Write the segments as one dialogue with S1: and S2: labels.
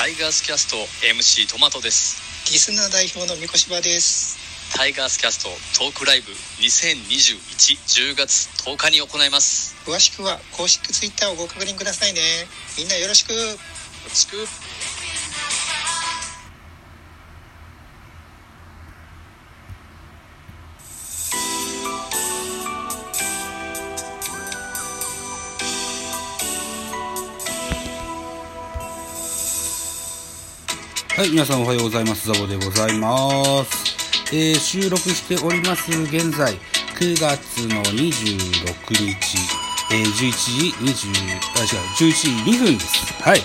S1: タイガースキャスト MC トマトです。
S2: リスナー代表のみこしばです。
S1: タイガースキャストトークライブ2021 10月10日に行います。
S2: 詳しくは公式ツイッターをご確認くださいね。みんなよろしく。よろしく。
S3: はい、皆さんおはようございます。ザボでございます。収録しております現在9月の26日、11時2分です。はい。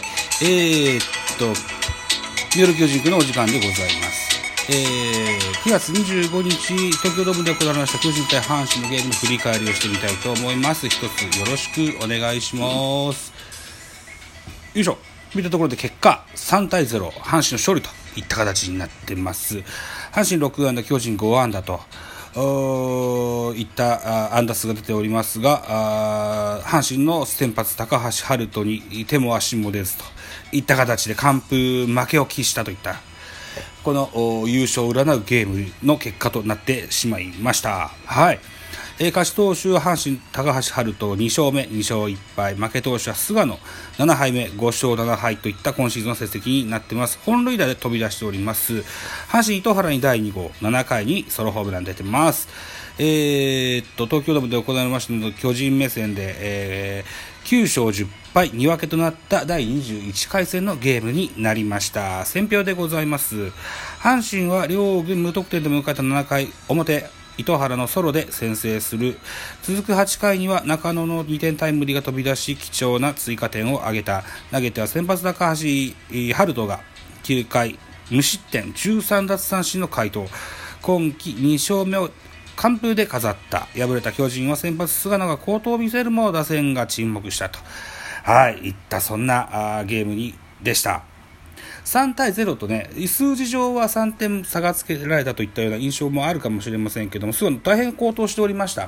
S3: ミドル巨人区のお時間でございます。9月25日、東京ドームで行われました巨人対阪神のゲームの振り返りをしてみたいと思います。一つよろしくお願いします。よいしょ。見たところで結果3対0、阪神の勝利といった形になってます。阪神6安打、巨人5安打といった安打数が出ておりますが、阪神の先発高橋遥人に手も足も出ずといった形で完封負けを喫したといったこの優勝を占うゲームの結果となってしまいました。はい。勝ち投手は阪神高橋遥人2勝目2勝1敗、負け投手は菅野7敗目5勝7敗といった今シーズンの成績になっています。本塁打で飛び出しております。阪神糸原に第2号7回にソロホームラン出てます。東京ドームで行われましたので巨人目線で、9勝10敗2分けとなった第21回戦のゲームになりました。選評でございます。阪神は両軍無得点で迎えた7回表、糸原のソロで先制する。続く8回には中野の2点タイムリーが飛び出し貴重な追加点を挙げた。投げては先発高橋遥人が9回無失点13奪三振の快投、今季2勝目を完封で飾った。敗れた巨人は先発菅野が好投を見せるも打線が沈黙したと、いったそんなゲームにでした。3対0とね、数字上は3点差がつけられたといったような印象もあるかもしれませんけども、すごい大変好投しておりました。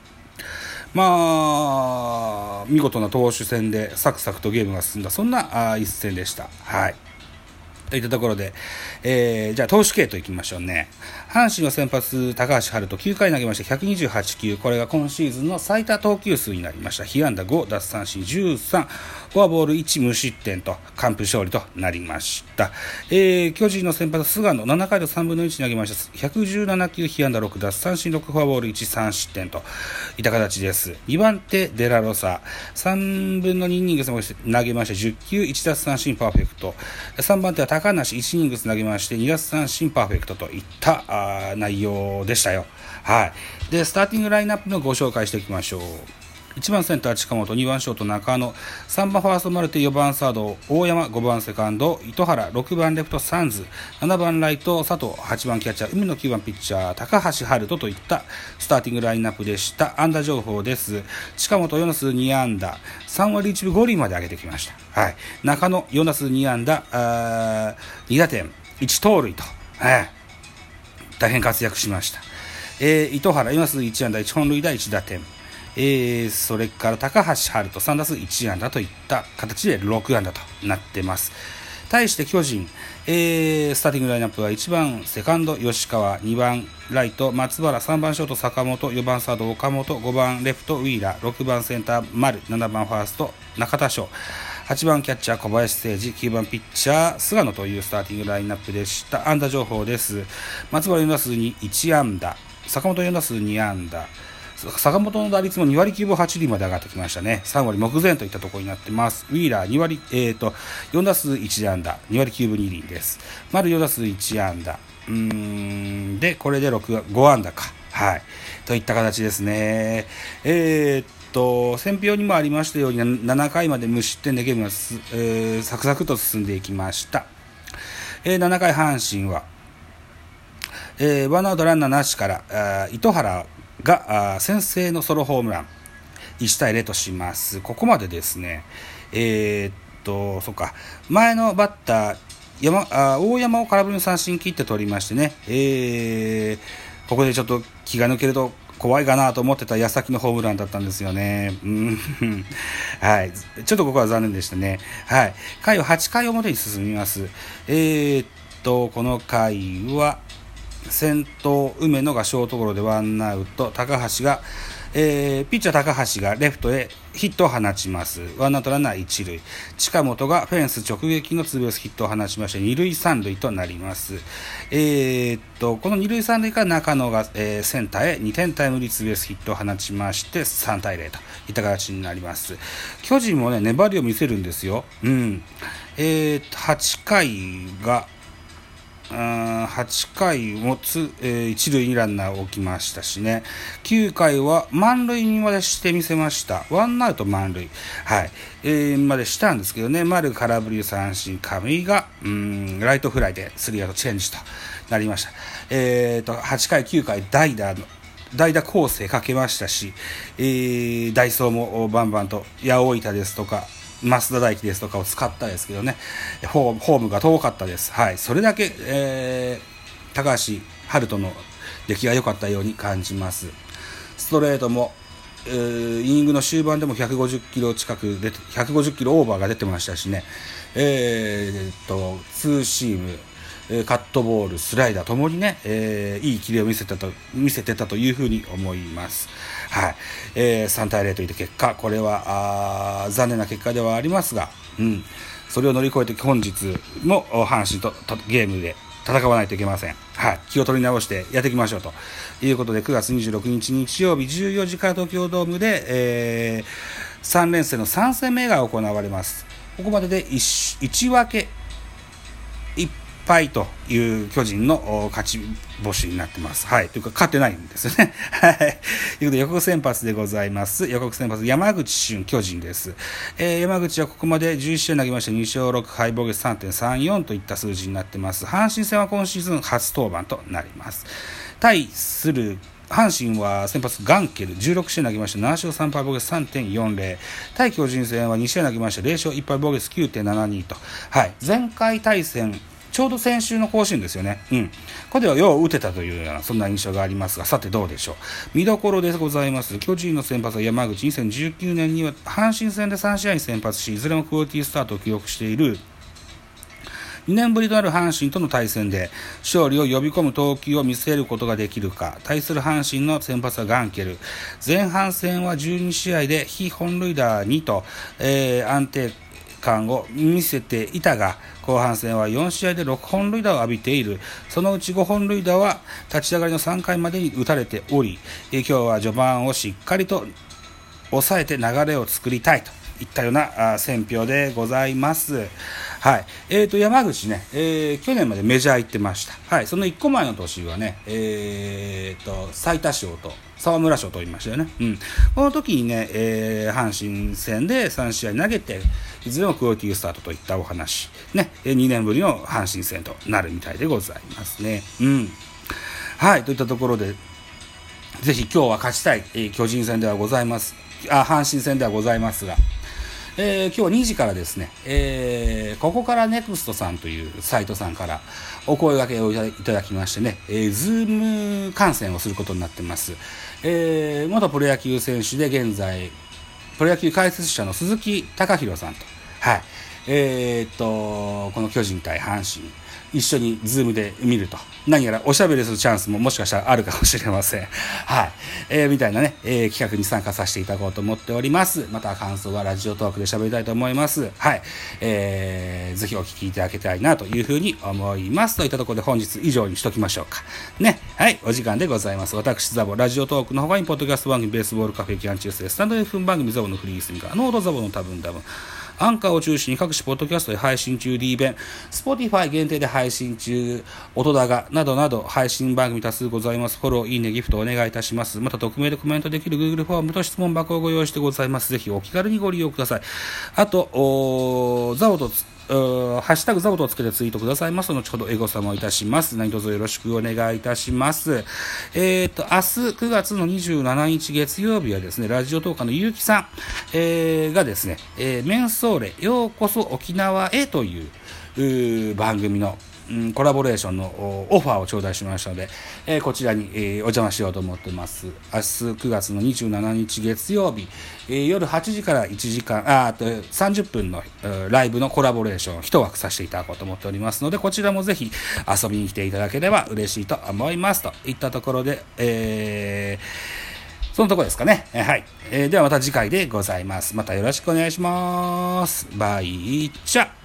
S3: 見事な投手戦でサクサクとゲームが進んだ、そんな一戦でした。はい。といったところで、じゃあ投手系統いきましょうね。阪神は先発高橋遥人9回投げまして128球、これが今シーズンの最多投球数になりました。被安打5、奪三振13、フォアボール1、無失点と完封勝利となりました。巨人の先発菅野7回と3分の1投げました117球、被安打6、奪三振6、フォアボール1、3失点といった形です。2番手デラロサ3分の2イニングス投げまして10球1奪三振パーフェクト。3番手は高梨1イニングス投げまして2奪三振パーフェクトといった内容でしたよ。はい。でスターティングラインナップのご紹介していきましょう。1番センター近本、2番ショート中野、3番ファーストマルテ、4番サード大山、5番セカンド糸原、6番レフトサンズ、7番ライト佐藤、8番キャッチャー海野、9番ピッチャー高橋遥人といったスターティングラインナップでした。安打情報です。近本4打数2安打3割1分5厘まで上げてきました。はい。中野4打数2安打2打点1盗塁と、大変活躍しました。糸原4打数1安打1本塁打1打点、それから高橋遥人3打数1安打といった形で6安打となっています。対して巨人、スターティングラインナップは1番セカンド吉川、2番ライト松原、3番ショート坂本、4番サード岡本、5番レフトウィーラー、6番センター丸、7番ファースト中田翔、8番キャッチャー小林誠司、9番ピッチャー菅野というスターティングラインナップでした。安打情報です。松原4打数に1安打、坂本4打数2安打、坂本の打率も2割9分8厘まで上がってきましたね。3割目前といったところになってます。ウィーラー2割、4打数1安打2割9分2厘です。丸4打数1安打でこれで5安打か、はいといった形ですね。選評にもありましたように7回まで無失点でゲームがサクサクと進んでいきました。7回阪神は、ワンアウトランナーなしから糸原が先制のソロホームラン1対0とします。ここまでですね、そうか、前のバッター大山を空振りの三振切って取りましてね、ここでちょっと気が抜けると怖いかなと思ってた矢先のホームランだったんですよね。はい。ちょっとここは残念でしたね。はい。回は8回表に進みます。この回は、先頭梅野がショートゴロでワンアウト、高橋が、ピッチャー高橋がレフトへヒットを放ちます。ワンアウトランナー一塁。近本がフェンス直撃のツーベースヒットを放ちまして、二塁三塁となります。この二塁三塁から中野が、センターへ2点タイムリーツーベースヒットを放ちまして、3対0といった形になります。巨人もね、粘りを見せるんですよ。8回が、8回も一塁にランナーを置きましたしね。9回は満塁にまでしてみせました。ワンアウト満塁。はい。までしたんですけどね。丸空振り三振、亀井が、ライトフライでスリーアウトチェンジとなりました。8回、9回、代打構成かけましたし、ダイソーもバンバンと、八百板ですとか、増田大輝ですとかを使ったですけどね、ホームが遠かったです。はい。それだけ、高橋遥人の出来が良かったように感じます。ストレートも、イニングの終盤でも150キロ近く出て、150キロオーバーが出てましたしね、ツーシーム、カットボール、スライダーともにね、いいキレを見せてたというふうに思います。はい。3対0といった結果、これは残念な結果ではありますが、それを乗り越えて本日も阪神とゲームで戦わないといけません。はい。気を取り直してやっていきましょうということで、9月26日日曜日14時から東京ドームで、3連戦の3戦目が行われます。ここまでで1分け1敗という巨人の勝ち星になってます。はい。というか、勝ってないんですよね。はい。ということで、予告先発でございます。予告先発、山口俊、巨人です。山口はここまで11試合投げまして2勝6敗、防御率 3.34 といった数字になってます。阪神戦は今シーズン初登板となります。対する阪神は先発ガンケル16試合投げまして7勝3敗防御率 3.40 対巨人戦は2試合投げまして0勝1敗防御率 9.72 と、はい、前回対戦ちょうど先週の甲子園ですよね。これではよう打てたというようなそんな印象がありますが、さてどうでしょう。見どころでございます。巨人の先発は山口。2019年には阪神戦で3試合に先発し、いずれもクオリティスタートを記録している2年ぶりとなる阪神との対戦で勝利を呼び込む投球を見せることができるか。対する阪神の先発はガンケル。前半戦は12試合で被本塁打2と、安定感を見せていたが、後半戦は4試合で6本塁打を浴びている。そのうち5本塁打は立ち上がりの3回までに打たれており、今日は序盤をしっかりと抑えて流れを作りたいといったような選評でございます。はい。山口ね、去年までメジャー行ってました。はい。その1個前の年はね、最多勝と沢村賞と言いましたよね。この時にね、阪神戦で3試合投げて、いずれもクオリティスタートといったお話。ね、2年ぶりの阪神戦となるみたいでございますね。はい。といったところで、ぜひ今日は勝ちたい、巨人戦ではございます。阪神戦ではございますが、今日は2時からですね、ここからネクストさんというサイトさんからお声掛けをいただきましてね、ズーム観戦をすることになっています。元プロ野球選手で現在プロ野球解説者の鈴木貴弘さんと、はい、この巨人対阪神一緒にズームで見ると、何やらおしゃべりするチャンスももしかしたらあるかもしれません。はい。みたいなね、企画に参加させていただこうと思っております。また感想はラジオトークで喋りたいと思います。はい。ぜひお聞きいただきたいなというふうに思います。といったところで本日以上にしときましょうか。ね。はい。お時間でございます。私、ザボ、ラジオトークの他にポッドキャスト番組、ベースボールカフェキャンチュースで、スタンド F 番組ザボのフリースインガー、ノートザボの多分多分、アンカーを中心に各種ポッドキャストで配信中、D 弁、Spotify 限定で配信中、音高などなど配信番組多数ございます。フォロー、いいね、ギフトお願いいたします。また匿名でコメントできる Google フォームと質問箱をご用意してございます。ぜひお気軽にご利用ください。あと、ザオとハッシュタグザボとつけてツイートくださいます。後ほどエゴサもいたします。何卒よろしくお願いいたします。明日9月の27日月曜日はですね、ラジオトーカーのゆうきさん、がですね、メンソーレようこそ沖縄へという番組のコラボレーションのオファーを頂戴しましたので、こちらに、お邪魔しようと思ってます。明日9月の27日月曜日、夜8時から1時間、30分のライブのコラボレーションを一枠させていただこうと思っておりますので、こちらもぜひ遊びに来ていただければ嬉しいと思いますといったところで、そのところですかね。はい。ではまた次回でございます。またよろしくお願いします。バイチャ。